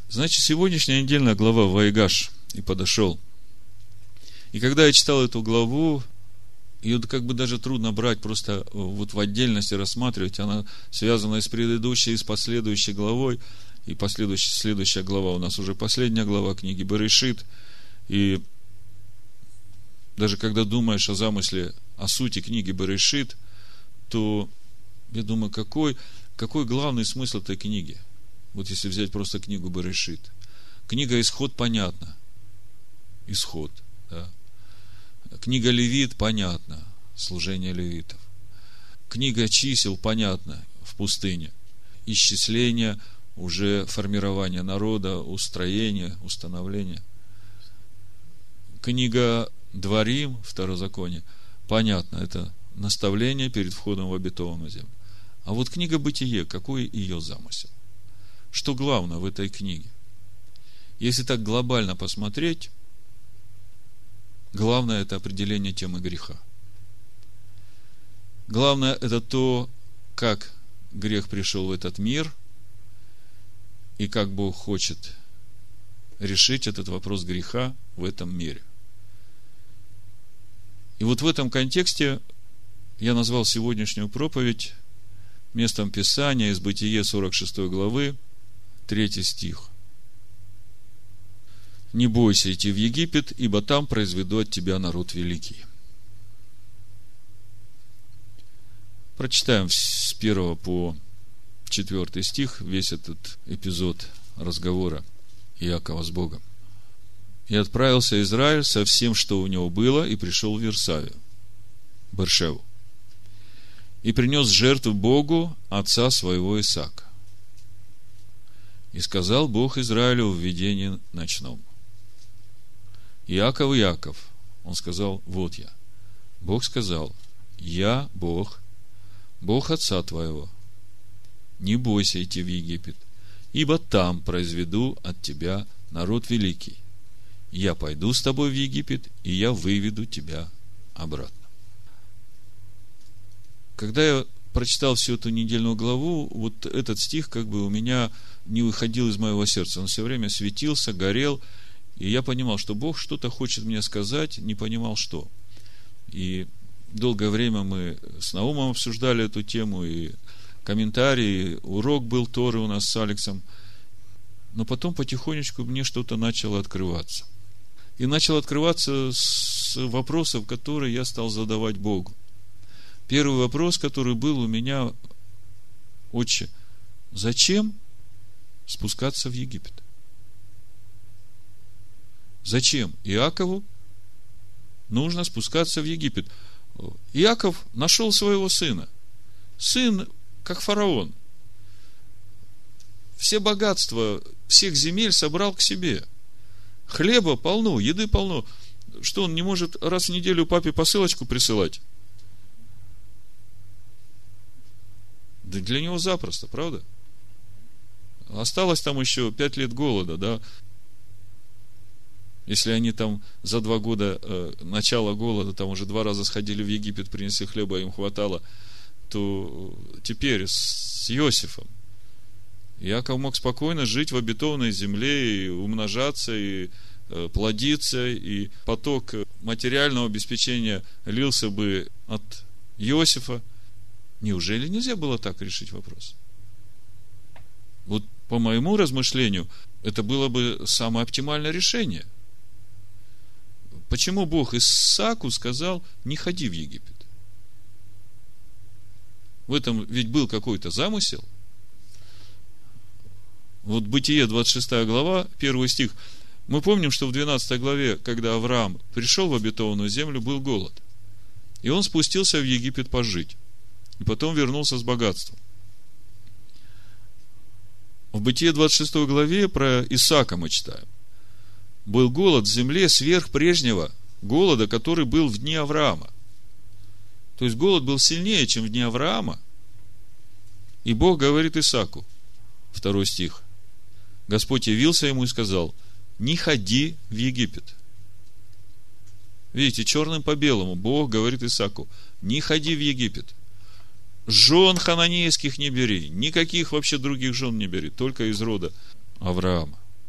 Значит, сегодняшняя недельная глава Ваигаш и подошел. И когда я читал эту главу, ее как бы даже трудно брать, просто вот в отдельности рассматривать. Она связана и с предыдущей, и с последующей главой. И следующая глава у нас уже последняя глава книги Берешит. И даже когда думаешь о замысле, о сути книги Берешит, то я думаю, какой главный смысл этой книги? Вот если взять просто книгу Берешит. Книга Исход понятна. Исход, да. Книга Левит понятна. Служение левитов. Книга Чисел понятна. В пустыне. Исчисление, уже формирование народа, устроение, установление. Книга Дворим, Второзаконие, понятно, это наставление перед входом в обетованную землю. А вот книга Бытие, какой ее замысел? Что главное в этой книге? Если так глобально посмотреть, главное это определение темы греха. Главное это то, как грех пришел в этот мир и как Бог хочет решить этот вопрос греха в этом мире. И вот в этом контексте я назвал сегодняшнюю проповедь местом Писания из Бытие 46 главы, 3 стих. «Не бойся идти в Египет, ибо там произведу от тебя народ великий». Прочитаем с 1 по 4 стих весь этот эпизод разговора Иакова с Богом. «И отправился Израиль со всем, что у него было, и пришел в Вирсавию, Бершеву, и принес жертву Богу отца своего Исаака. И сказал Бог Израилю в видении ночном: Иаков, Иаков. Он сказал: вот я. Бог сказал: я Бог, Бог отца твоего. Не бойся идти в Египет, ибо там произведу от тебя народ великий. Я пойду с тобой в Египет, и я выведу тебя обратно». Когда я прочитал всю эту недельную главу, вот этот стих как бы у меня не выходил из моего сердца. Он все время светился, горел, и я понимал, что Бог что-то хочет мне сказать, не понимал, что. И долгое время мы с Наумом обсуждали эту тему, и комментарии, урок был Торы у нас с Алексом. Но потом потихонечку мне что-то начало открываться. И начало открываться с вопросов, которые я стал задавать Богу. Первый вопрос, который был у меня: Отче, зачем спускаться в Египет? Зачем Иакову нужно спускаться в Египет? Иаков нашел своего сына. Сын, как фараон, все богатства всех земель собрал к себе. Хлеба полно, еды полно. Что, он не может раз в неделю папе посылочку присылать? Да для него запросто, правда? Осталось там еще 5 лет голода, да? Если они там за 2 года начала голода там уже 2 раза сходили в Египет, принесли хлеба, им хватало, то теперь с Иосифом Иаков мог спокойно жить в обетованной земле и умножаться, и плодиться, и поток материального обеспечения лился бы от Иосифа. Неужели нельзя было так решить вопрос? Вот по моему размышлению, это было бы самое оптимальное решение. Почему Бог Исааку сказал: не ходи в Египет? В этом ведь был какой-то замысел. Вот Бытие 26 глава, 1 стих. Мы помним, что в 12 главе, когда Авраам пришел в обетованную землю, был голод. И он спустился в Египет пожить. И потом вернулся с богатством. В Бытие 26 главе про Исаака мы читаем. Был голод в земле сверх прежнего голода, который был в дни Авраама. То есть голод был сильнее, чем в дни Авраама. И Бог говорит Исааку, 2 стих. Господь явился ему и сказал: не ходи в Египет. Видите, черным по белому Бог говорит Исааку: не ходи в Египет. Жен хананейских не бери, никаких вообще других жен не бери, только из рода Авраама.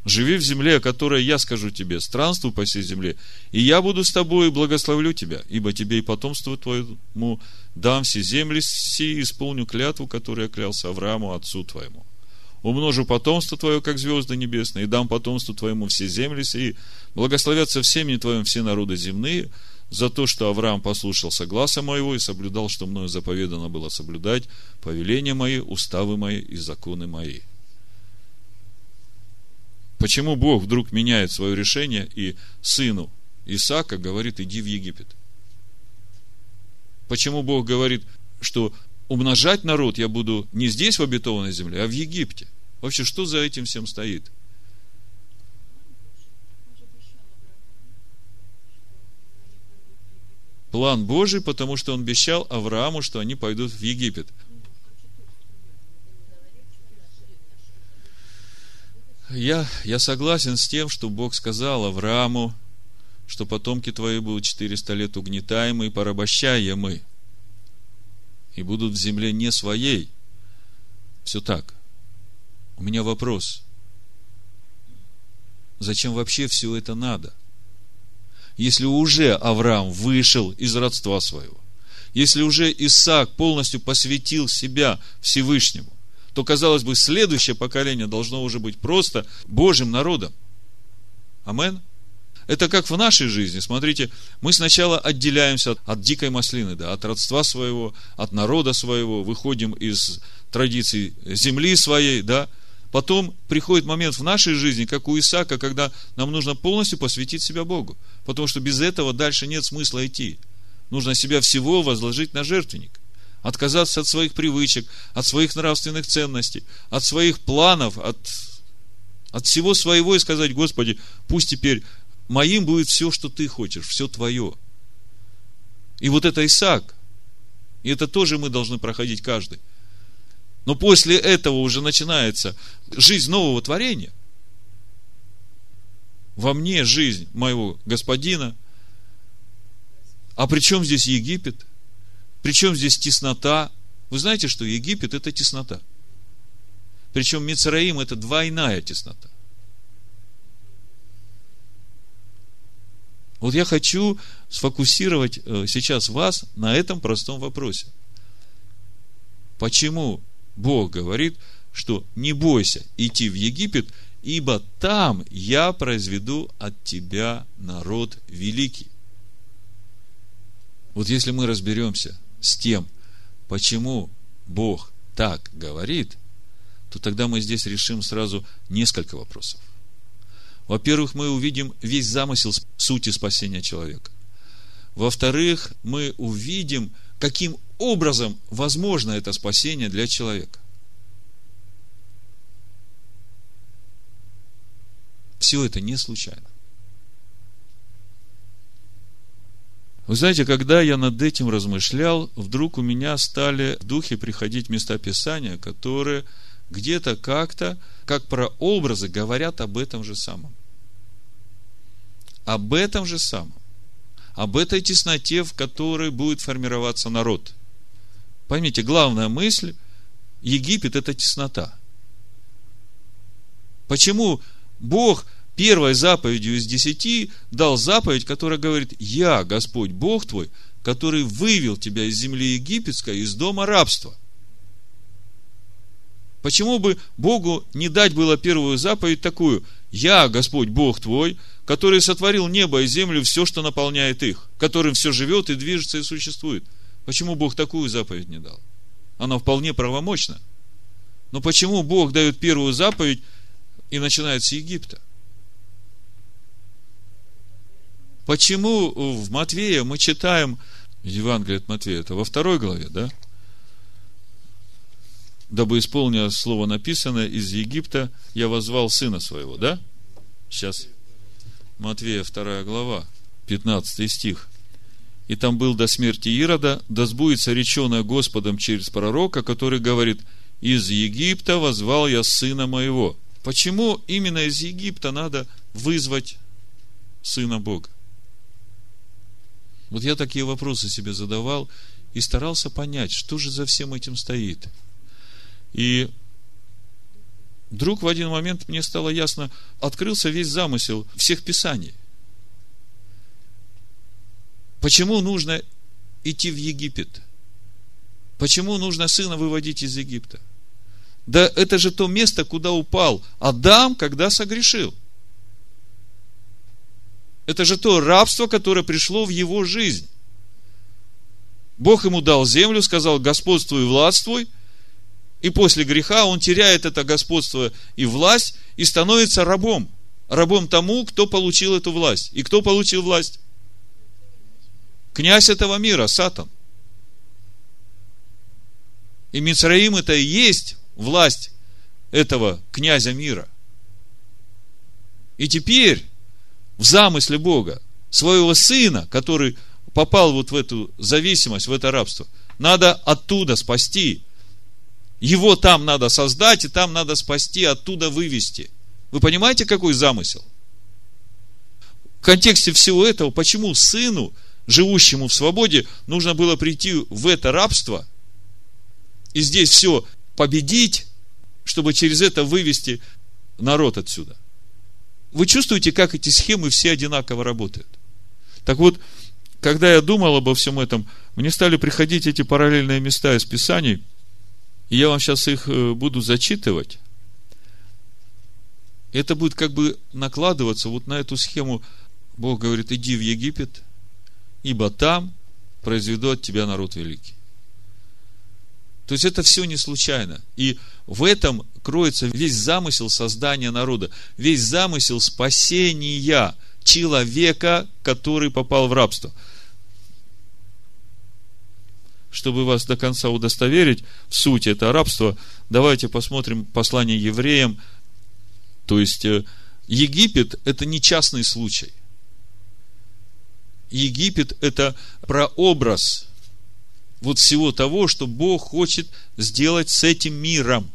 Живи в земле, о которой я скажу тебе, странствуй по всей земле, и я буду с тобой и благословлю тебя, ибо тебе и потомству твоему дам все земли сии, исполню клятву, которую я клялся Аврааму, отцу твоему. Умножу потомство твое, как звезды небесные, и дам потомству твоему все земли сии, благословятся в семени твоем все народы земные, за то, что Авраам послушался гласа моего и соблюдал, что мною заповедано было соблюдать повеления мои, уставы мои и законы мои. Почему Бог вдруг меняет свое решение и сыну Исаака говорит: иди в Египет? Почему Бог говорит, что умножать народ я буду не здесь, в обетованной земле, а в Египте? Вообще, что за этим всем стоит? План Божий, потому что Он обещал Аврааму, что они пойдут в Египет. Я согласен с тем, что Бог сказал Аврааму, что потомки твои будут 400 лет угнетаемы и порабощаемы, и будут в земле не своей. Все так. У меня вопрос. Зачем вообще все это надо? Если уже Авраам вышел из родства своего, если уже Исаак полностью посвятил себя Всевышнему, то, казалось бы, следующее поколение должно уже быть просто Божьим народом. Амен. Это как в нашей жизни. Смотрите, мы сначала отделяемся от дикой маслины, да, от родства своего, от народа своего, выходим из традиций земли своей, да. Потом приходит момент в нашей жизни, как у Исаака, когда нам нужно полностью посвятить себя Богу. Потому что без этого дальше нет смысла идти. Нужно себя всего возложить на жертвенник. Отказаться от своих привычек, от своих нравственных ценностей, от своих планов, от всего своего и сказать: Господи, пусть теперь моим будет все, что Ты хочешь, все Твое. И вот это Исаак. И это тоже мы должны проходить каждый. Но после этого уже начинается жизнь нового творения. Во мне жизнь моего Господина. А при чем здесь Египет? Причем здесь теснота? Вы знаете, что Египет – это теснота. Причем Мицраим – это двойная теснота. Вот я хочу сфокусировать сейчас вас на этом простом вопросе. Почему Бог говорит, что не бойся идти в Египет, ибо там я произведу от тебя народ великий? Вот если мы разберемся с тем, почему Бог так говорит, то тогда мы здесь решим сразу несколько вопросов. Во-первых, мы увидим весь замысел сути спасения человека. Во-вторых, мы увидим, каким образом возможно это спасение для человека. Все это не случайно. Вы знаете, когда я над этим размышлял, вдруг у меня стали в духе приходить места Писания, которые где-то как-то, как прообразы, говорят об этом же самом. Об этом же самом. Об этой тесноте, в которой будет формироваться народ. Поймите, главная мысль: Египет – это теснота. Почему Бог первой заповедью из 10 дал заповедь, которая говорит: я, Господь Бог твой, который вывел тебя из земли египетской, из дома рабства? Почему бы Богу не дать было первую заповедь такую: я, Господь Бог твой, который сотворил небо и землю, все, что наполняет их, которым все живет и движется и существует? Почему Бог такую заповедь не дал? Она вполне правомочна. Но почему Бог дает первую заповедь и начинает с Египта? Почему в Матвея мы читаем, Евангелие от Матвея, это во 2 главе, да? Дабы исполнилось слово написанное: из Египта я воззвал сына своего, да? Сейчас. Матвея 2 глава, 15 стих. И там был: до смерти Ирода, да сбудется реченое Господом через пророка, который говорит: из Египта воззвал я сына моего. Почему именно из Египта надо вызвать сына Бога? Вот я такие вопросы себе задавал и старался понять, что же за всем этим стоит. И вдруг в один момент мне стало ясно, открылся весь замысел всех Писаний. Почему нужно идти в Египет? Почему нужно сына выводить из Египта? Да это же то место, куда упал Адам, когда согрешил. Это же то рабство, которое пришло в его жизнь. Бог ему дал землю, сказал: господствуй и властвуй. И после греха он теряет это господство и власть и становится рабом. Рабом тому, кто получил эту власть. И кто получил власть? Князь этого мира, Сатан. И Мицраим — это и есть власть этого князя мира. И теперь в замысле Бога своего сына, который попал вот в эту зависимость, в это рабство, надо оттуда спасти. Его там надо создать, и там надо спасти, оттуда вывести. Вы понимаете, какой замысел? В контексте всего этого, почему сыну, живущему в свободе, нужно было прийти в это рабство и здесь все победить, чтобы через это вывести народ отсюда? Вы чувствуете, как эти схемы все одинаково работают? Так вот, когда я думал обо всем этом, мне стали приходить эти параллельные места из Писаний, и я вам сейчас их буду зачитывать. Это будет как бы накладываться вот на эту схему. Бог говорит: иди в Египет, ибо там произведу от тебя народ великий. То есть это все не случайно. И в этом кроется весь замысел создания народа, весь замысел спасения человека, который попал в рабство. Чтобы вас до конца удостоверить в сути этого рабства, давайте посмотрим послание евреям. То есть Египет – это не частный случай. Египет – это прообраз вот всего того, что Бог хочет сделать с этим миром.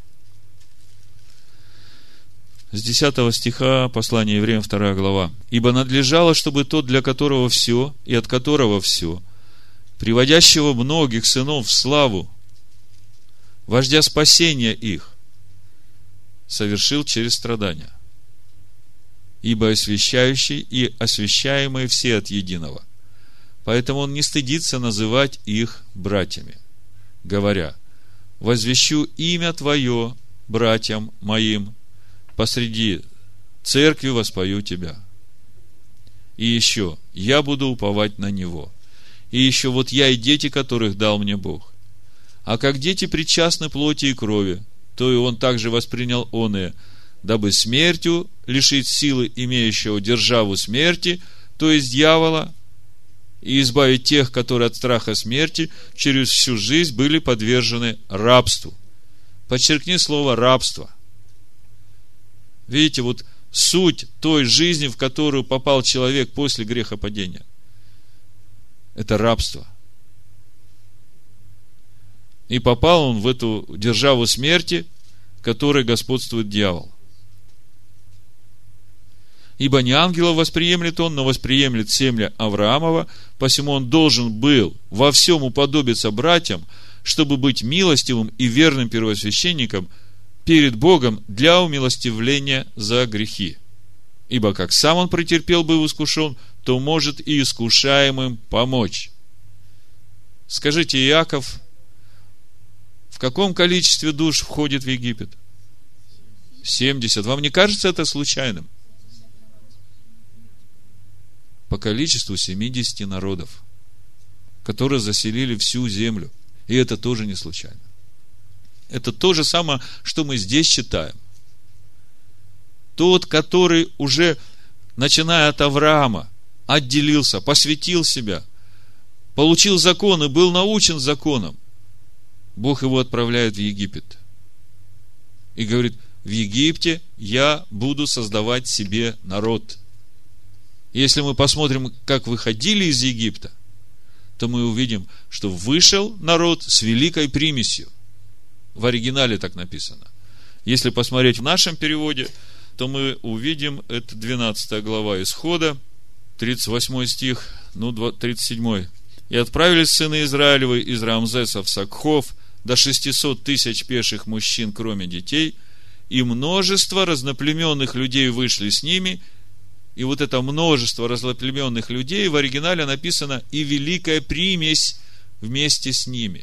С 10 стиха послания евреям 2 глава. «Ибо надлежало, чтобы тот, для которого все, и от которого все, приводящего многих сынов в славу, вождя спасения их, совершил через страдания. Ибо освящающий и освящаемые все от единого. Поэтому он не стыдится называть их братьями, говоря: возвещу имя Твое братьям моим, посреди церкви воспою Тебя. И еще, я буду уповать на Него. И еще, вот я и дети, которых дал мне Бог. А как дети причастны плоти и крови, то и он также воспринял оное, дабы смертью лишить силы имеющего державу смерти, то есть дьявола, и избавить тех, которые от страха смерти через всю жизнь были подвержены рабству». Подчеркни слово «рабство». Видите, вот суть той жизни, в которую попал человек после грехопадения, это рабство. И попал он в эту державу смерти, в которой господствует дьявол. Ибо не ангелов восприемлет он, но восприемлет семя Авраамова, посему он должен был во всем уподобиться братьям, чтобы быть милостивым и верным первосвященником перед Богом для умилостивления за грехи. Ибо как сам он претерпел, был искушен, то может и искушаемым помочь. Скажите, Иаков в каком количестве душ входит в Египет? 70. Вам не кажется это случайным? По количеству 70 народов, которые заселили всю землю. И это тоже не случайно. Это то же самое, что мы здесь читаем. Тот, который уже, начиная от Авраама, отделился, посвятил себя, получил закон и был научен законом, Бог его отправляет в Египет. И говорит: в Египте я буду создавать себе народ. Если мы посмотрим, как выходили из Египта, то мы увидим, что вышел народ с великой примесью. В оригинале так написано. Если посмотреть в нашем переводе, то мы увидим, это 12 глава Исхода, 38 стих, 37. «И отправились сыны Израилевы из Рамзеса в Сакхов до 600 тысяч пеших мужчин, кроме детей, и множество разноплеменных людей вышли с ними. И вот это множество разноплеменных людей в оригинале написано «и великая примесь вместе с ними».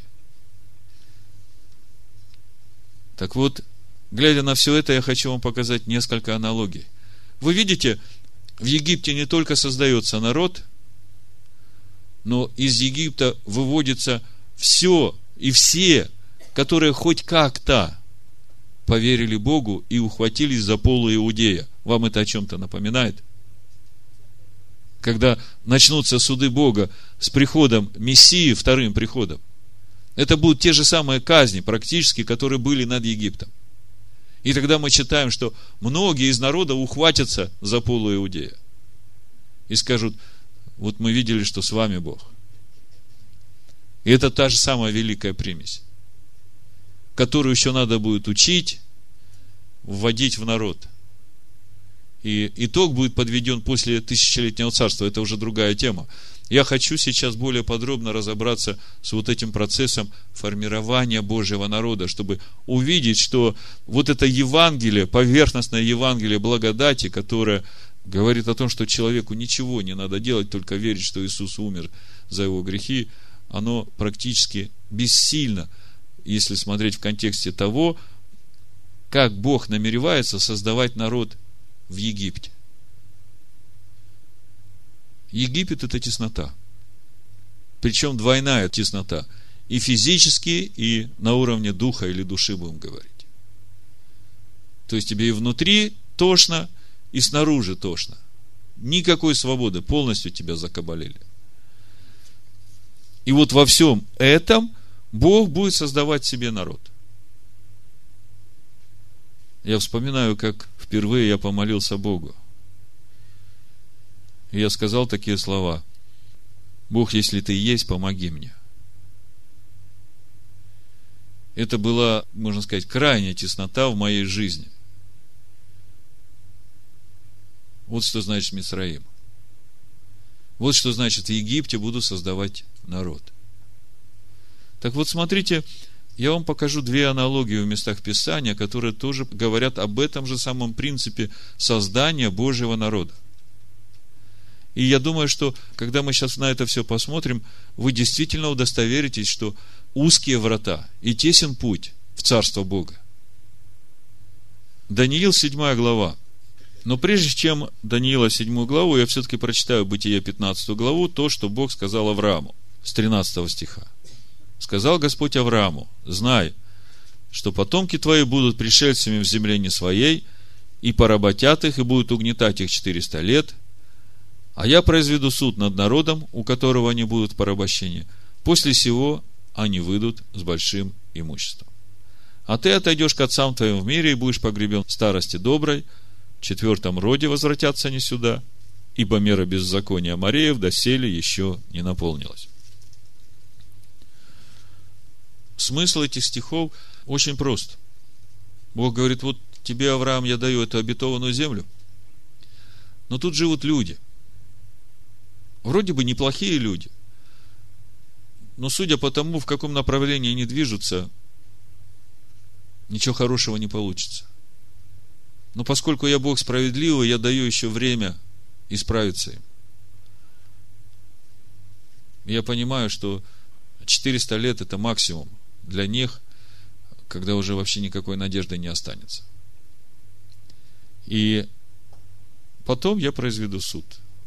Так вот, глядя на все это, я хочу вам показать несколько аналогий. Вы видите, в Египте не только создается народ, но из Египта выводится все и все, которые хоть как-то поверили Богу и ухватились за полу Иудея. Вам это о чем-то напоминает? Когда начнутся суды Бога с приходом Мессии, вторым приходом, это будут те же самые казни, практически, которые были над Египтом. И тогда мы читаем, что многие из народа ухватятся за полу Иудея и скажут: вот мы видели, что с вами Бог. И это та же самая великая примесь, которую еще надо будет учить, вводить в народ. И итог будет подведен после тысячелетнего царства. Это уже другая тема. Я хочу сейчас более подробно разобраться с вот этим процессом формирования Божьего народа, чтобы увидеть, что вот это Евангелие, поверхностное Евангелие благодати, которое говорит о том, что человеку ничего не надо делать, только верить, что Иисус умер за его грехи, оно практически бессильно, если смотреть в контексте того, как Бог намеревается создавать народ в Египте. Египет – это теснота. Причем двойная теснота. И физически, и на уровне духа или души, будем говорить. То есть тебе и внутри тошно, и снаружи тошно. Никакой свободы, полностью тебя закабалили. И вот во всем этом Бог будет создавать себе народ. Я вспоминаю, как впервые я помолился Богу. И я сказал такие слова: Бог, если ты есть, помоги мне. Это была, можно сказать, крайняя теснота в моей жизни. Вот что значит Мицраим. Вот что значит: в Египте буду создавать народ. Так вот, смотрите, я вам покажу две аналогии в местах Писания, которые тоже говорят об этом же самом принципе создания Божьего народа. И я думаю, что, когда мы сейчас на это все посмотрим, вы действительно удостоверитесь, что узкие врата и тесен путь в Царство Бога. Даниил, 7 глава. Но прежде чем Даниила 7 главу, я все-таки прочитаю Бытие 15 главу, то, что Бог сказал Аврааму, с 13 стиха. «Сказал Господь Аврааму: знай, что потомки твои будут пришельцами в земле не своей, и поработят их, и будут угнетать их 400 лет, а я произведу суд над народом, у которого они будут в порабощении. После сего они выйдут с большим имуществом. А ты отойдешь к отцам твоим в мире и будешь погребен в старости доброй, в 4 роде возвратятся они сюда, ибо мера беззакония Амореев доселе еще не наполнилась». Смысл этих стихов очень прост. Бог говорит: вот тебе, Авраам, я даю эту обетованную землю, но тут живут люди. Вроде бы неплохие люди, но судя по тому, в каком направлении они движутся, ничего хорошего не получится. Но поскольку я Бог справедливый, я даю еще время исправиться им. Я понимаю, что 400 лет это максимум для них, когда уже вообще никакой надежды не останется. И потом я произведу суд.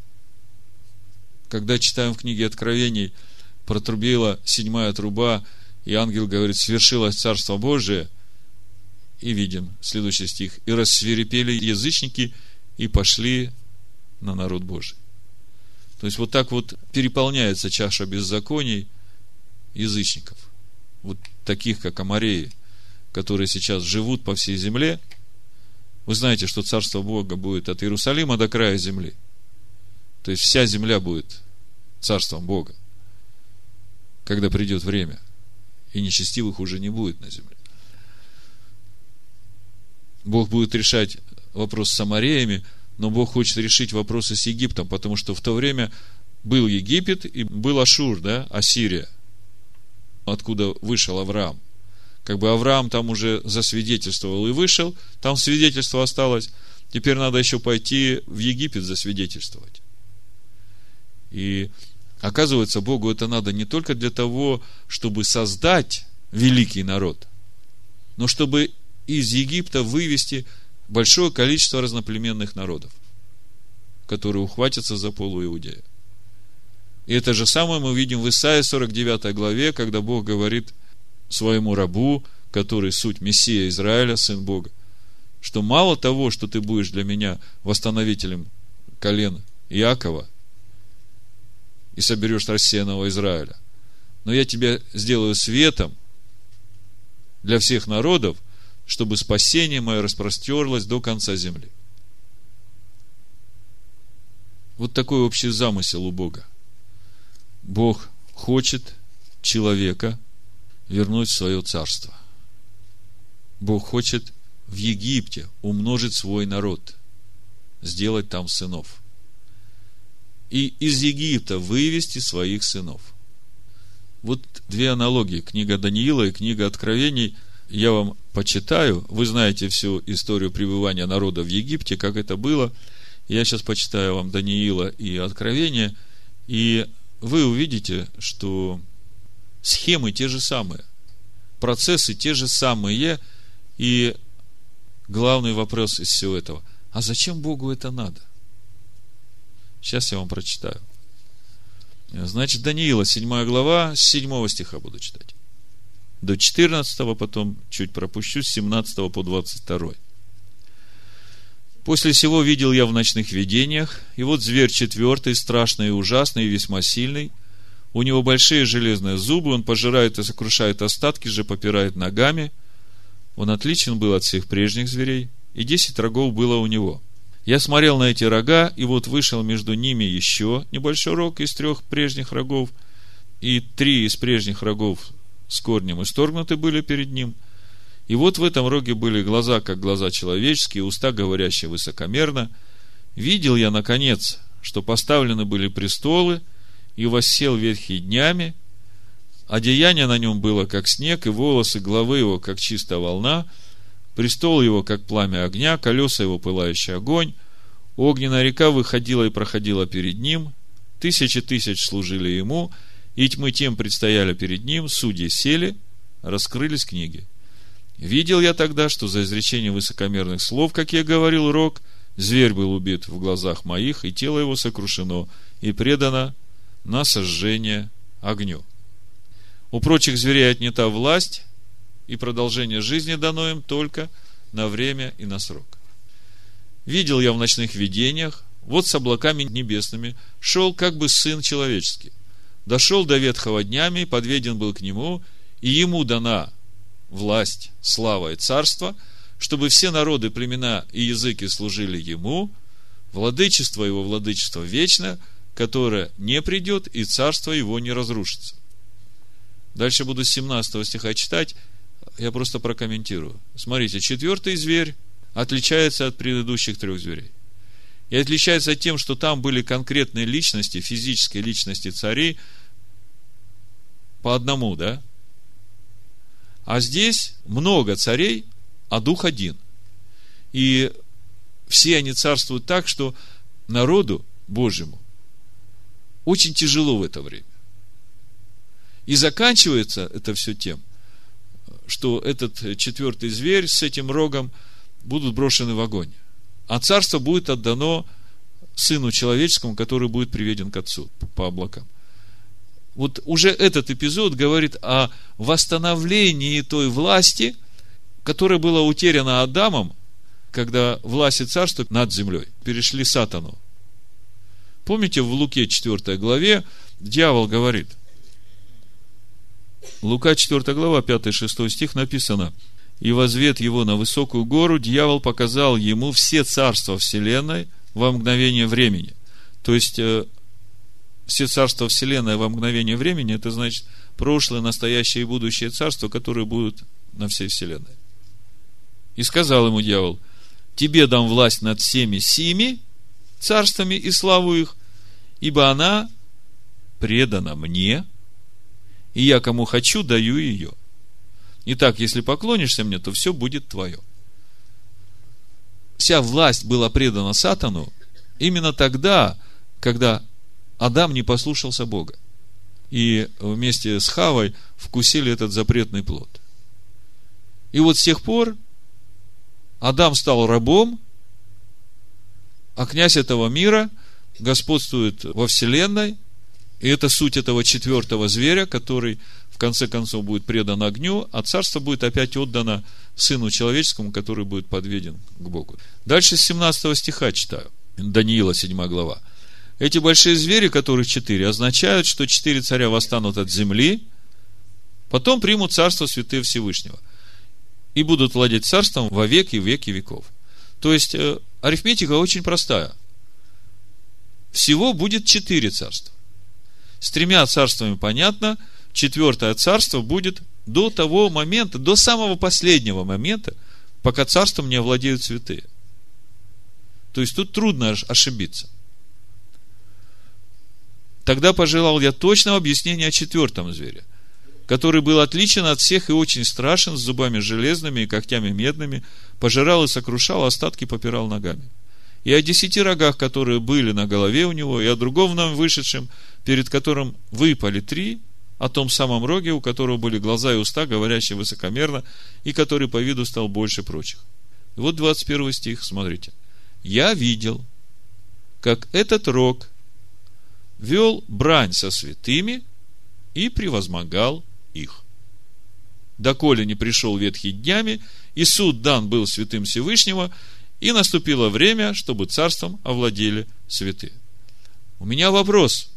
Когда читаем в книге Откровений, протрубила 7 труба, и ангел говорит: свершилось Царство Божие, и видим следующий стих: и рассвирепели язычники, и пошли на народ Божий. То есть вот так вот переполняется чаша беззаконий язычников, вот таких как Амореи, которые сейчас живут по всей земле. Вы знаете, что Царство Бога будет от Иерусалима до края земли. То есть вся земля будет Царством Бога, когда придет время, и нечестивых уже не будет на земле. Бог будет решать вопрос с Амореями, но Бог хочет решить вопросы с Египтом, потому что в то время был Египет и был Ашур, Ассирия, откуда вышел Авраам, как бы Авраам там уже засвидетельствовал и вышел, там свидетельство осталось, теперь надо еще пойти в Египет засвидетельствовать. И оказывается, Богу это надо не только для того, чтобы создать великий народ, но чтобы из Египта вывести большое количество разноплеменных народов, которые ухватятся за полу Иудея. И это же самое мы видим в Исаии 49 главе, когда Бог говорит своему рабу, который суть Мессия Израиля, сын Бога, что мало того, что ты будешь для меня восстановителем колен Иакова и соберешь рассеянного Израиля, но я тебя сделаю светом для всех народов, чтобы спасение мое распростерлось до конца земли. Вот такой общий замысел у Бога. Бог хочет человека вернуть в свое царство. Бог хочет в Египте умножить свой народ, сделать там сынов. И из Египта вывести своих сынов. Вот две аналогии. Книга Даниила и книга Откровений. Я вам почитаю. Вы знаете всю историю пребывания народа в Египте, как это было. Я сейчас почитаю вам Даниила и Откровения, и вы увидите, что схемы те же самые, процессы те же самые, и главный вопрос из всего этого: а зачем Богу это надо? Сейчас я вам прочитаю. Значит, Даниила, 7 глава, с 7 стиха буду читать. До 14, потом чуть пропущу, с 17 по 22. «После сего видел я в ночных видениях, и вот зверь четвертый, страшный и ужасный, и весьма сильный. У него большие железные зубы, он пожирает и сокрушает остатки, же попирает ногами. Он отличен был от всех прежних зверей, и 10 рогов было у него. Я смотрел на эти рога, и вот вышел между ними еще небольшой рог из 3 прежних рогов, и 3 из прежних рогов с корнем исторгнуты были перед ним. И вот в этом роге были глаза, как глаза человеческие, уста, говорящие высокомерно. Видел я, наконец, что поставлены были престолы, и воссел ветхий днями. Одеяние на нем было, как снег, и волосы главы его, как чистая волна. Престол его, как пламя огня, колеса его, пылающий огонь. Огненная река выходила и проходила перед ним. 1000 тысяч служили ему, и тьмы тем предстояли перед ним. Судьи сели, раскрылись книги. Видел я тогда, что за изречение высокомерных слов, как я говорил, рог, зверь был убит в глазах моих, и тело его сокрушено и предано на сожжение огню. У прочих зверей отнята власть, и продолжение жизни дано им только на время и на срок. Видел я в ночных видениях, вот с облаками небесными шел как бы сын человеческий. Дошел до ветхого днями, подведен был к нему, и ему дана власть, слава и царство, чтобы все народы, племена и языки служили ему. Владычество его, владычество вечное, которое не придет, и царство его не разрушится. Дальше буду с 17 стиха читать, я просто прокомментирую. Смотрите, 4 зверь отличается от предыдущих 3 зверей. И отличается тем, что там были конкретные личности, физические личности царей, по одному, да? А здесь много царей, а дух один. И все они царствуют так, что народу Божьему очень тяжело в это время. И заканчивается это все тем, что этот 4 зверь с этим рогом будут брошены в огонь. А царство будет отдано Сыну Человеческому, который будет приведен к Отцу по облакам. Вот уже этот эпизод говорит о восстановлении той власти, которая была утеряна Адамом, когда власть и царство над землей перешли сатану. Помните, в Луке 4 главе дьявол говорит, Лука 4 глава, 5-6 стих написано: «И возвед его на высокую гору, дьявол показал ему все царства вселенной во мгновение времени». То есть, все царства вселенной во мгновение времени, это значит прошлое, настоящее и будущее царства, которые будут на всей вселенной. И сказал ему дьявол: «Тебе дам власть над всеми сими царствами и славу их, ибо она предана мне, и я кому хочу даю ее». Итак, если поклонишься мне, то все будет твое. Вся власть была предана Сатану именно тогда, когда Адам не послушался Бога. И вместе с Хавой вкусили этот запретный плод. И вот с тех пор Адам стал рабом, а князь этого мира господствует во вселенной. И это суть этого четвертого зверя, который в конце концов будет предан огню, а царство будет опять отдано Сыну Человеческому, который будет подведен к Богу. Дальше с 17 стиха читаю. Даниила, 7 глава. Эти большие звери, которых 4, означают, что 4 царя восстанут от земли, потом примут царство святые Всевышнего и будут владеть царством во веки и веки веков. То есть, арифметика очень простая. Всего будет 4 царства. С 3 царствами понятно, 4 царство будет до того момента, до самого последнего момента, пока царством не овладеют святые. То есть, тут трудно ошибиться. Тогда пожелал я точного объяснения о 4 звере, который был отличен от всех и очень страшен, с зубами железными и когтями медными, пожирал и сокрушал, остатки попирал ногами. И о 10 рогах, которые были на голове у него, и о другом вновь вышедшем, перед которым выпали 3, о том самом роге, у которого были глаза и уста, говорящие высокомерно, и который по виду стал больше прочих. И вот 21 стих, смотрите. Я видел, как этот рог вел брань со святыми и превозмогал их. Доколе не пришел ветхий днями, и суд дан был святым Всевышнего, и наступило время, чтобы царством овладели святые. У меня вопрос.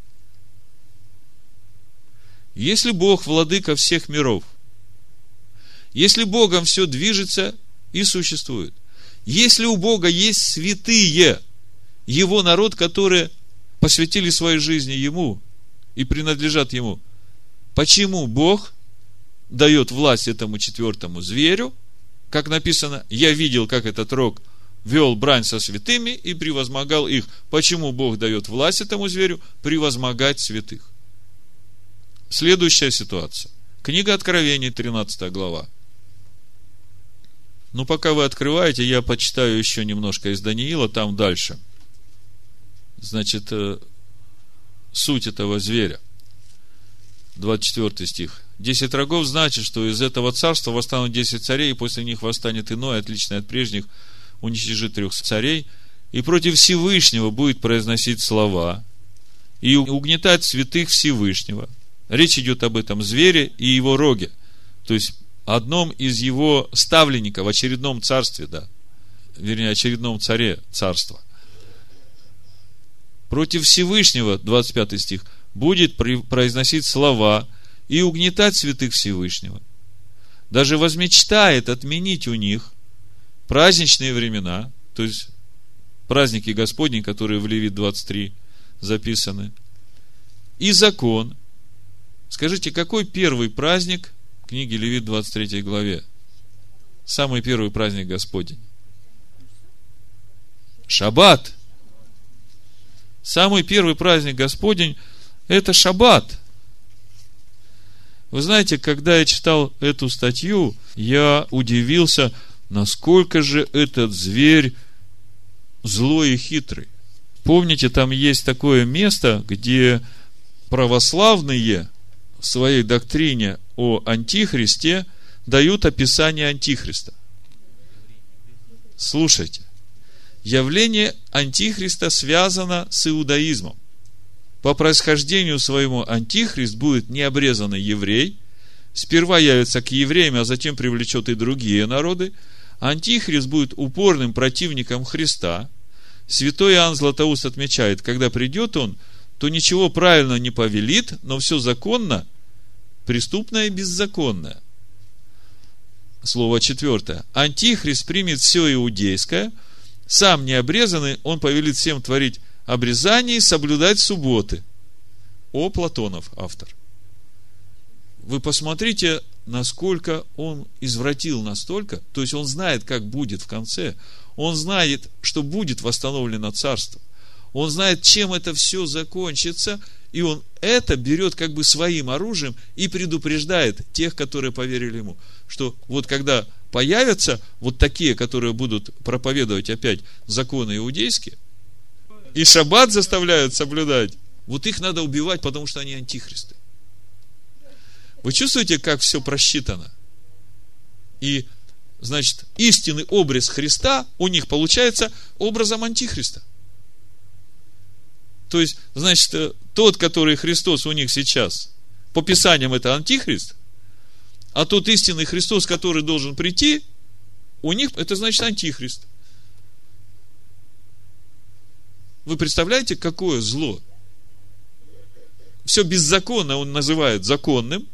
Если Бог владыка всех миров, если Богом все движется и существует, если у Бога есть святые, Его народ, которые посвятили своей жизни Ему и принадлежат Ему, почему Бог дает власть этому 4 зверю? Как написано, я видел, как этот рог вел брань со святыми и превозмогал их. Почему Бог дает власть этому зверю превозмогать святых? Следующая ситуация. Книга Откровений, 13 глава. Ну, пока вы открываете, я почитаю еще немножко из Даниила, там дальше. Значит, суть этого зверя. 24 стих. 10 рогов значит, что из этого царства восстанут 10 царей, и после них восстанет иное, отличное от прежних, уничтожит 3 царей, и против Всевышнего будет произносить слова, и угнетать святых Всевышнего. Речь идет об этом звере и его роге, то есть одном из его ставленников в очередном царстве, очередном царе царства. Против Всевышнего, 25 стих, будет произносить слова и угнетать святых Всевышнего. Даже возмечтает отменить у них праздничные времена, то есть праздники Господни, которые в Левит 23 записаны, и закон. Скажите, какой первый праздник в книге Левит 23 главе? Самый первый праздник Господень. Шаббат. Самый первый праздник Господень – это Шаббат. Вы знаете, когда я читал эту статью, я удивился, насколько же этот зверь злой и хитрый. Помните, там есть такое место, где православные в своей доктрине о Антихристе дают описание Антихриста. Слушайте. Явление Антихриста связано с иудаизмом. По происхождению своему Антихрист будет необрезанный еврей, сперва явится к евреям, а затем привлечет и другие народы. Антихрист будет упорным противником Христа. Святой Иоанн Златоуст отмечает, когда придет он, то ничего правильно не повелит, но все законно, преступное и беззаконное. Слово 4. Антихрист примет все иудейское, сам необрезанный, он повелит всем творить обрезание и соблюдать субботы. О, Платонов, автор. Вы посмотрите, насколько он извратил настолько, то есть он знает, как будет в конце, он знает, что будет восстановлено царство, он знает, чем это все закончится, И он это берет как бы своим оружием и предупреждает тех, которые поверили ему, что вот когда появятся вот такие, которые будут проповедовать опять законы иудейские, и шаббат заставляют соблюдать, вот их надо убивать, потому что они антихристы. Вы чувствуете, как все просчитано? И, значит, истинный образ Христа у них получается образом антихриста. То есть, значит, тот, который Христос у них сейчас, по Писаниям это антихрист, а тот истинный Христос, который должен прийти, у них это значит антихрист. Вы представляете, какое зло? Все беззаконно он называет законным.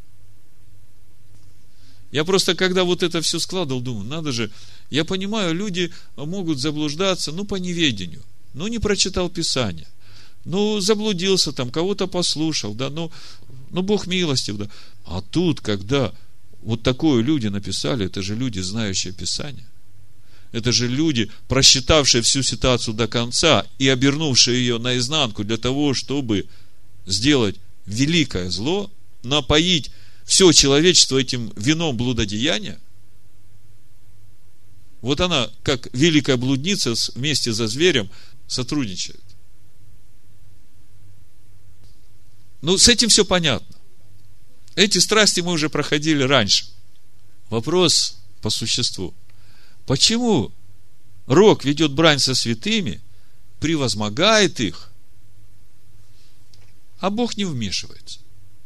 Я просто, когда вот это все складывал, думаю, надо же, я понимаю, люди могут заблуждаться, по неведению, не прочитал Писание, заблудился там, кого-то послушал, да, Бог милостив, да. А тут, когда вот такое люди написали, это же люди, знающие Писание. Это же люди, просчитавшие всю ситуацию до конца и обернувшие ее наизнанку для того, чтобы сделать великое зло, напоить все человечество этим вином блудодеяния. Вот она, как великая блудница, вместе со зверем сотрудничает. С этим все понятно. Эти страсти мы уже проходили раньше. Вопрос по существу. Почему Рок ведет брань со святыми, превозмогает их, а Бог не вмешивается?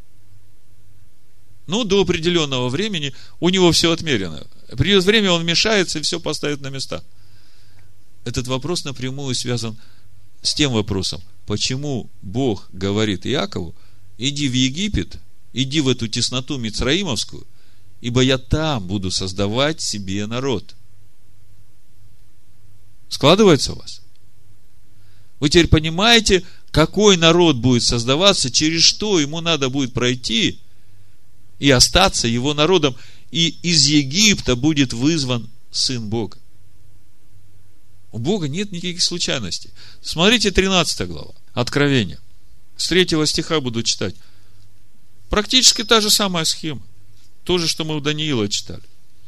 До определенного времени у него все отмерено. Придет время, он вмешается и все поставит на места. Этот вопрос напрямую связан с тем вопросом, почему Бог говорит Иакову: иди в Египет, иди в эту тесноту мицраимовскую, ибо я там буду создавать себе народ. Складывается у вас? Вы теперь понимаете, какой народ будет создаваться, через что ему надо будет пройти и остаться его народом, и из Египта будет вызван Сын Бога. У Бога нет никаких случайностей. Смотрите 13 глава, Откровение. С 3 стиха буду читать. Практически та же самая схема. То же, что мы у Даниила читали.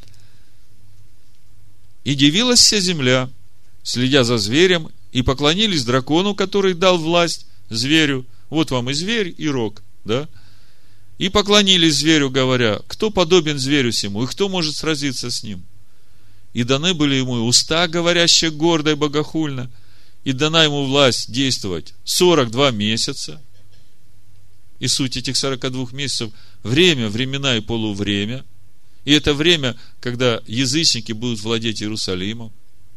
«И дивилась вся земля, следя за зверем, и поклонились дракону, который дал власть зверю». Вот вам и зверь, и рог, да? «И поклонились зверю, говоря: кто подобен зверю сему, и кто может сразиться с ним? И даны были ему уста, говорящие гордо и богохульно, и дана ему власть действовать 42 месяца». И суть этих 42 месяцев – время, времена и полувремя. И это время, когда язычники будут владеть Иерусалимом.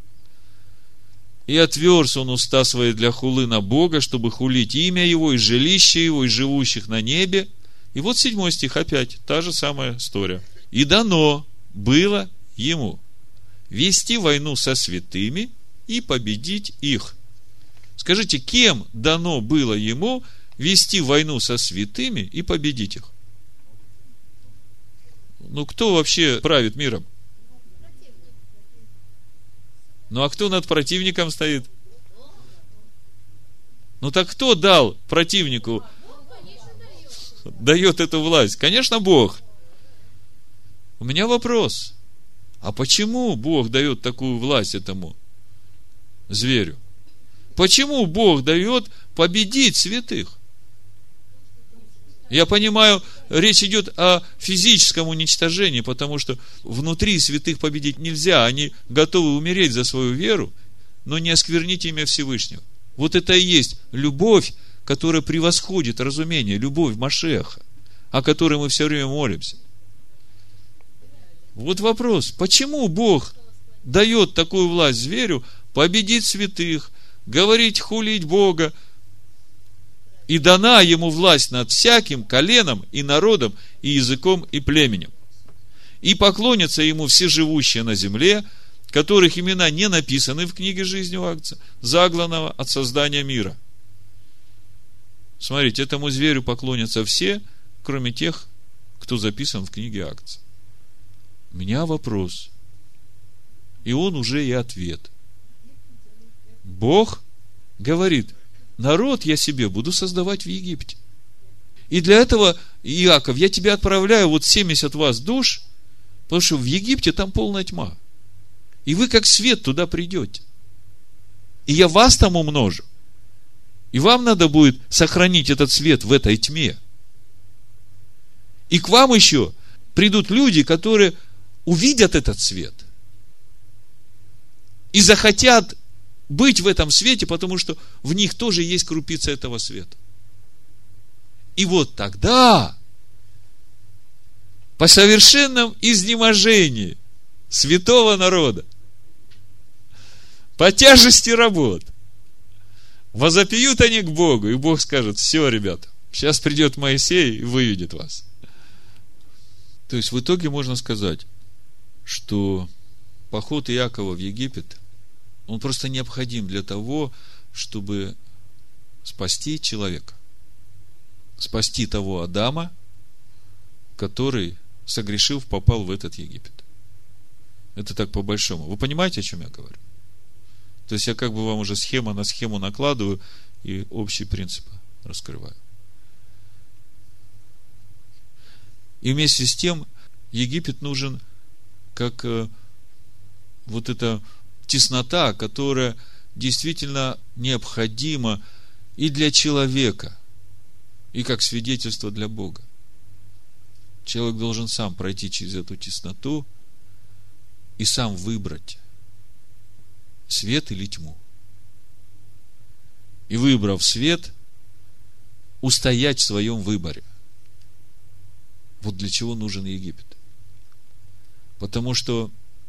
«И отверз он уста свои для хулы на Бога, чтобы хулить имя Его, и жилище Его, и живущих на небе». И вот 7 стих, опять та же самая история. «И дано было ему вести войну со святыми и победить их». Скажите, кем дано было ему вести войну со святыми и победить их? Кто вообще правит миром? А кто над противником стоит? Так кто дал противнику, дает эту власть? Конечно, Бог. У меня вопрос. А почему Бог дает такую власть этому зверю? Почему Бог дает победить святых? Я понимаю, речь идет о физическом уничтожении, потому что внутри святых победить нельзя. Они готовы умереть за свою веру, но не осквернить имя Всевышнего. Вот это и есть любовь, которая превосходит разумение, любовь Машиаха, о которой мы все время молимся. Вот вопрос, почему Бог дает такую власть зверю победить святых, говорить, хулить Бога, и дана ему власть над всяким коленом и народом, и языком, и племенем. И поклонятся ему все живущие на земле, которых имена не написаны в книге жизни у Агнца, загланного от создания мира. Смотрите, этому зверю поклонятся все, кроме тех, кто записан в книге Агнца. У меня вопрос. И он уже и ответ. Бог говорит: народ я себе буду создавать в Египте. И для этого, Иаков, я тебя отправляю 70 вас душ, потому что в Египте там полная тьма. И вы как свет туда придете. И я вас там умножу. И вам надо будет сохранить этот свет в этой тьме. И к вам еще придут люди, которые увидят этот свет. И захотят быть в этом свете, потому что в них тоже есть крупица этого света. И тогда, по совершенном изнеможении святого народа, по тяжести работ, возопьют они к Богу, и Бог скажет: все, ребята, сейчас придет Моисей и выведет вас. То есть в итоге можно сказать, что поход Иакова в Египет, он просто необходим для того, чтобы спасти человека. Спасти того Адама, который, согрешив, попал в этот Египет. Это так по-большому. Вы понимаете, о чем я говорю? То есть я как бы вам уже схема на схему накладываю и общие принципы раскрываю. И вместе с тем Египет нужен как эта теснота, которая действительно необходима и для человека, и как свидетельство для Бога. Человек должен сам пройти через эту тесноту и сам выбрать, свет или тьму. И выбрав свет, устоять в своем выборе. Вот для чего нужен Египет. Потому что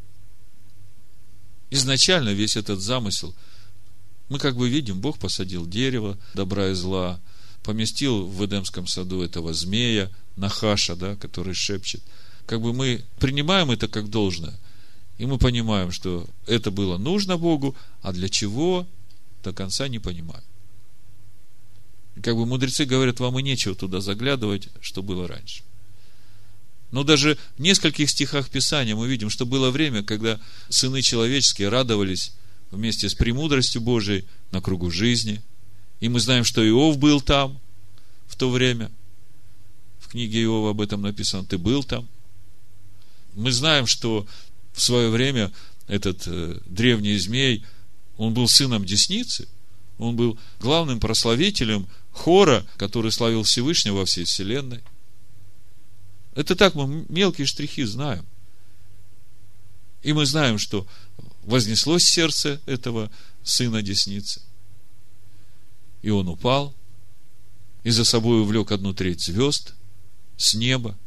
изначально весь этот замысел, мы как бы видим, Бог посадил дерево добра и зла, поместил в Эдемском саду этого змея, Нахаша, который шепчет. Как бы мы принимаем это как должное, и мы понимаем, что это было нужно Богу, а для чего, до конца не понимаем. И как бы мудрецы говорят, вам и нечего туда заглядывать, что было раньше. Но даже в нескольких стихах Писания мы видим, что было время, когда сыны человеческие радовались вместе с премудростью Божией на кругу жизни. И мы знаем, что Иов был там в то время. В книге Иова об этом написано: ты был там. Мы знаем, что в свое время этот древний змей, он был сыном десницы, он был главным прославителем хора, который славил Всевышнего во всей вселенной. Это так, мы мелкие штрихи знаем. И мы знаем, что вознеслось сердце этого сына десницы. И он упал, и за собой увлек 1/3 звезд с неба.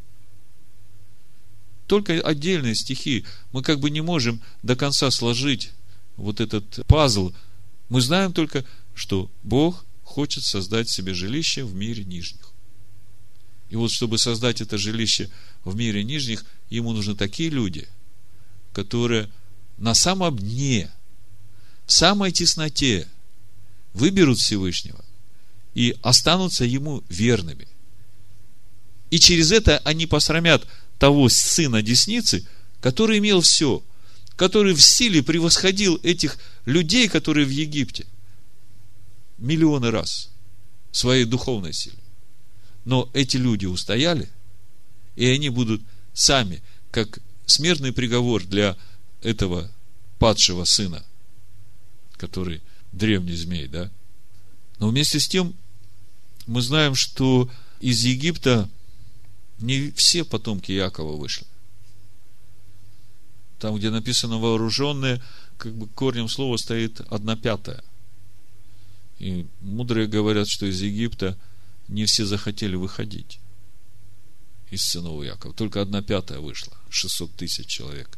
Только отдельные стихи. Мы как бы не можем до конца сложить этот пазл. Мы знаем только, что Бог хочет создать себе жилище в мире нижних. И чтобы создать это жилище в мире нижних, ему нужны такие люди, которые на самом дне, в самой тесноте выберут Всевышнего и останутся ему верными. И через это они посрамят того сына десницы, который имел все, который в силе превосходил этих людей, которые в Египте, миллионы раз в своей духовной силе. Но эти люди устояли, и они будут сами, как смертный приговор для этого падшего сына, который древний змей, Но вместе с тем мы знаем, что из Египта не все потомки Иакова вышли. Там, где написано вооруженные, как бы корнем слова стоит 1/5. И мудрые говорят, что из Египта не все захотели выходить из сынов Иакова. Только 1/5 вышла. 600 тысяч человек.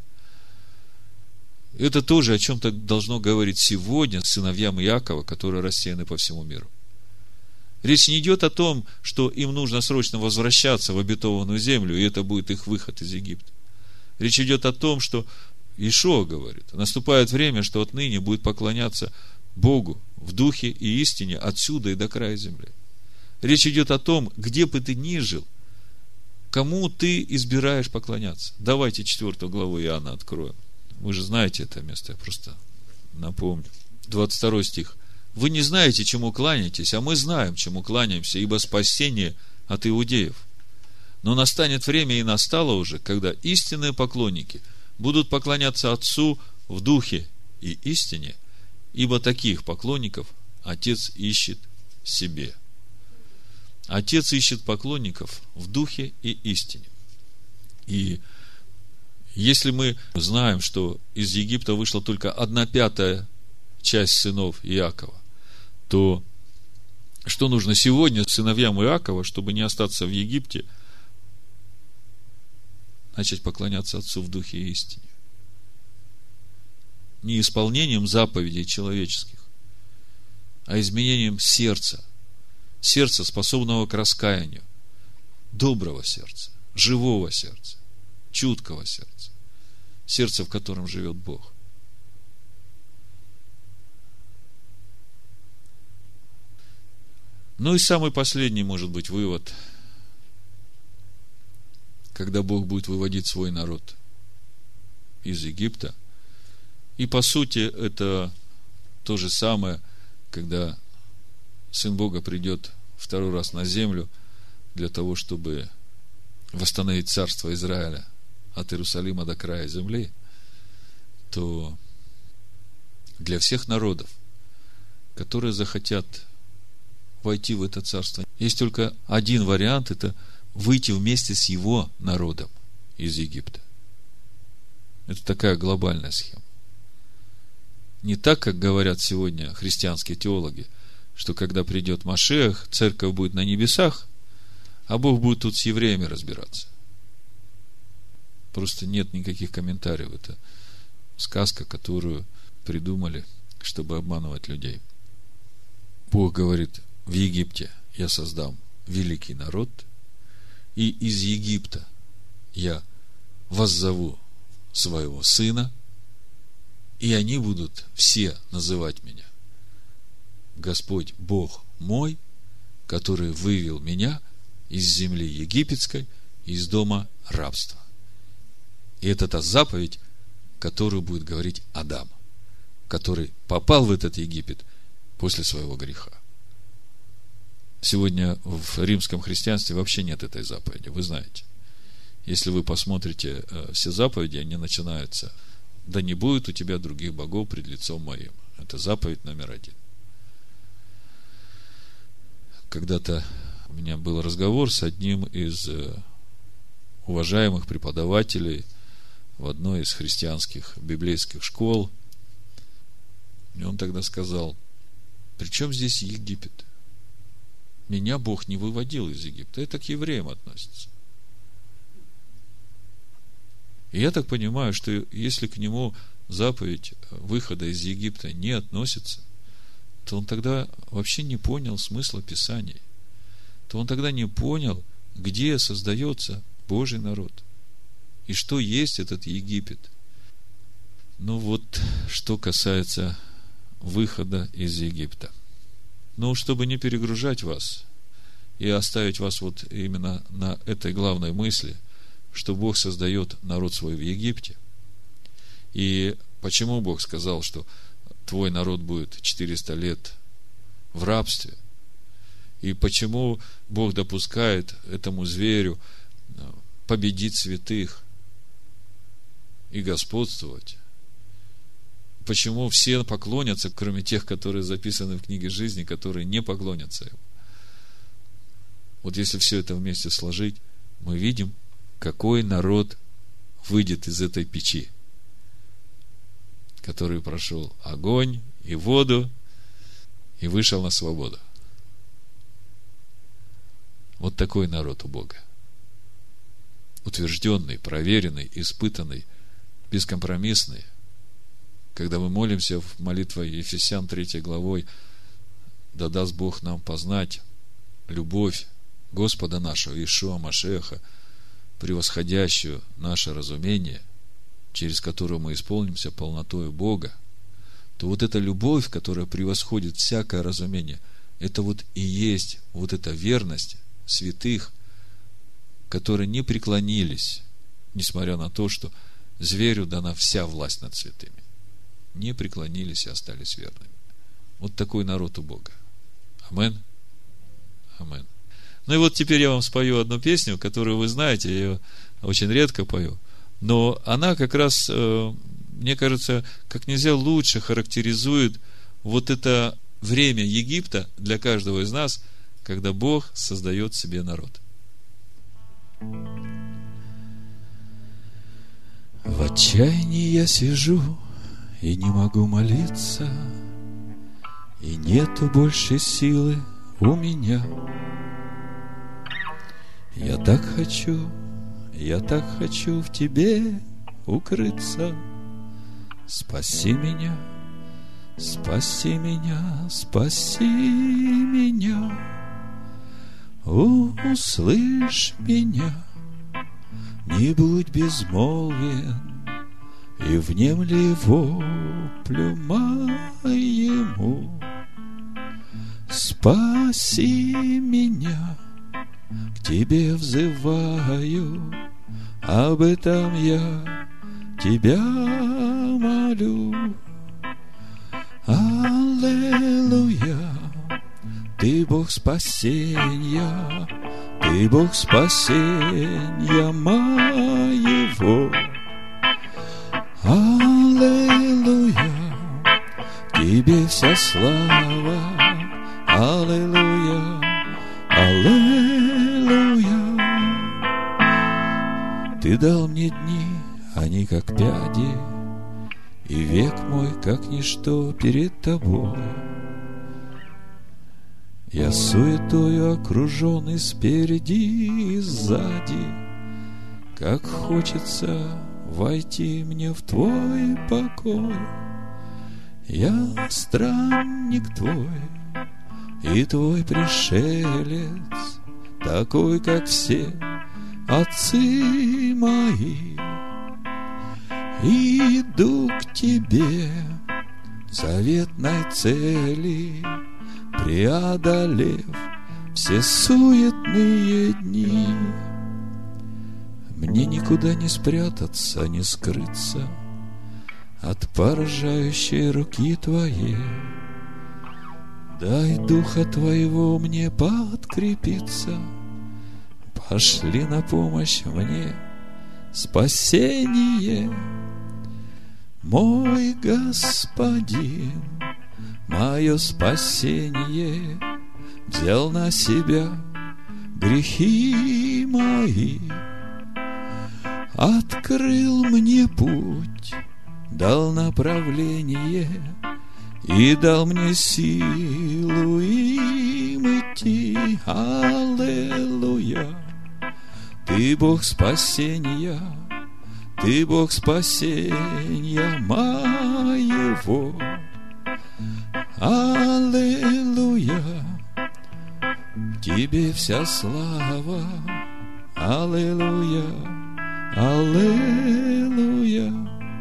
Это тоже о чем-то должно говорить сегодня сыновьям Иакова, которые рассеяны по всему миру. Речь не идет о том, что им нужно срочно возвращаться в обетованную землю, и это будет их выход из Египта. Речь идет о том, что Иешуа говорит: наступает время, что отныне будет поклоняться Богу в духе и истине отсюда и до края земли. Речь идет о том, где бы ты ни жил, кому ты избираешь поклоняться. Давайте 4 главу Иоанна откроем. Вы же знаете это место, я просто напомню. 22 стих. Вы не знаете, чему кланяетесь, а мы знаем, чему кланяемся, ибо спасение от иудеев. Но настанет время, и настало уже, когда истинные поклонники будут поклоняться Отцу в духе и истине, ибо таких поклонников Отец ищет себе. Отец ищет поклонников в духе и истине. И если мы знаем, что из Египта вышла только 1/5 часть сынов Иакова, то что нужно сегодня сыновьям Иакова, чтобы не остаться в Египте, начать поклоняться Отцу в духе и истине? Не исполнением заповедей человеческих, а изменением сердца, способного к раскаянию, доброго сердца, живого сердца, чуткого сердца, сердца, в котором живет Бог. Ну и самый последний, может быть, вывод, когда Бог будет выводить свой народ из Египта. И по сути это то же самое, когда Сын Бога придет второй раз на землю для того, чтобы восстановить царство Израиля от Иерусалима до края земли, то для всех народов, которые захотят войти в это царство, есть только один вариант – это выйти вместе с его народом из Египта. Это такая глобальная схема. Не так, как говорят сегодня христианские теологи, что когда придет Машиах, церковь будет на небесах, а Бог будет тут с евреями разбираться. Просто нет никаких комментариев. Это сказка, которую придумали, чтобы обманывать людей. Бог говорит: в Египте я создам великий народ, и из Египта я воззову своего сына, и они будут все называть меня Господь Бог мой, который вывел меня из земли египетской, из дома рабства. И это та заповедь, которую будет говорить Адам, который попал в этот Египет после своего греха. Сегодня в римском христианстве вообще нет этой заповеди, вы знаете. Если вы посмотрите все заповеди, они начинаются: да не будет у тебя других богов пред лицом моим. Это заповедь номер 1. Когда-то у меня был разговор с одним из уважаемых преподавателей в одной из христианских библейских школ. И он тогда сказал: при чем здесь Египет? Меня Бог не выводил из Египта. Это к евреям относится. И я так понимаю, что если к нему заповедь выхода из Египта не относится, то он тогда вообще не понял смысла Писаний. То он тогда не понял, где создается Божий народ. И что есть этот Египет. Ну вот, что касается выхода из Египта. Но чтобы не перегружать вас и оставить вас вот именно на этой главной мысли, что Бог создает народ свой в Египте. И почему Бог сказал, что твой народ будет 400 лет в рабстве? И почему Бог допускает этому зверю победить святых и господствовать? Почему все поклонятся, кроме тех, которые записаны в книге жизни, которые не поклонятся ему? Вот если все это вместе сложить, мы видим, какой народ выйдет из этой печи, который прошел огонь и воду и вышел на свободу. Вот такой народ у Бога. Утвержденный, проверенный, испытанный, бескомпромиссный. Когда мы молимся в молитве Ефесян 3 главой: да даст Бог нам познать любовь Господа нашего Иешуа Машиаха, превосходящую наше разумение, через которую мы исполнимся полнотою Бога, то вот эта любовь, которая превосходит всякое разумение, это вот и есть вот эта верность святых, которые не преклонились, несмотря на то, что зверю дана вся власть над святыми. Не преклонились и остались верными. Вот такой народ у Бога. Амен. Амен. Ну и вот теперь я вам спою одну песню, которую вы знаете, я ее очень редко пою, но она как раз, мне кажется, как нельзя лучше характеризует вот это время Египта для каждого из нас, когда Бог создает себе народ. В отчаянии я сижу и не могу молиться, и нету больше силы у меня. Я так хочу в тебе укрыться. Спаси меня, спаси меня, спаси меня. Услышь меня, не будь безмолвен, и внемли воплю моему. Спаси меня, к тебе взываю, об этом я тебя молю. Аллилуйя, ты Бог спасения, ты Бог спасения моего. Аллилуйя, тебе вся слава. Аллилуйя, аллилуйя. Ты дал мне дни, они как пяди, и век мой как ничто перед тобой. Я суетою окружен и спереди, и сзади, как хочется войти мне в твой покой. Я странник твой, и твой пришелец, такой, как все отцы мои. Иду к тебе, заветной цели, преодолев все суетные дни. Мне никуда не спрятаться, не скрыться от поражающей руки твоей. Дай духа твоего мне подкрепиться, пошли на помощь мне спасение. Мой Господин, мое спасение, взял на себя грехи мои, открыл мне путь, дал направление и дал мне силу им идти. Аллилуйя, ты Бог спасения, ты Бог спасения моего. Аллилуйя, тебе вся слава. Аллилуйя, аллилуйя.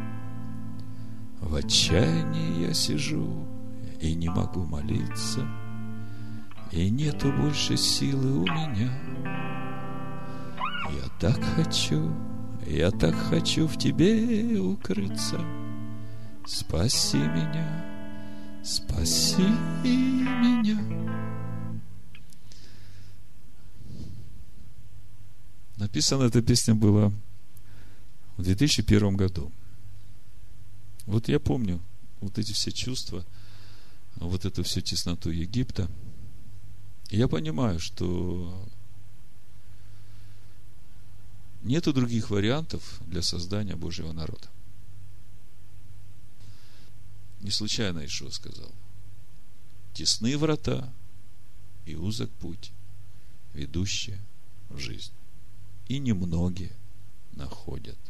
В отчаянии я сижу и не могу молиться, и нету больше силы у меня. Я так хочу в тебе укрыться. Спаси меня, спаси меня. Написана эта песня была в 2001 году. Вот я помню вот эти все чувства, вот эту всю тесноту Египта. И я понимаю, что нету других вариантов для создания Божьего народа. Не случайно Иешуа сказал: тесны врата и узок путь, ведущий в жизнь, и немногие находят.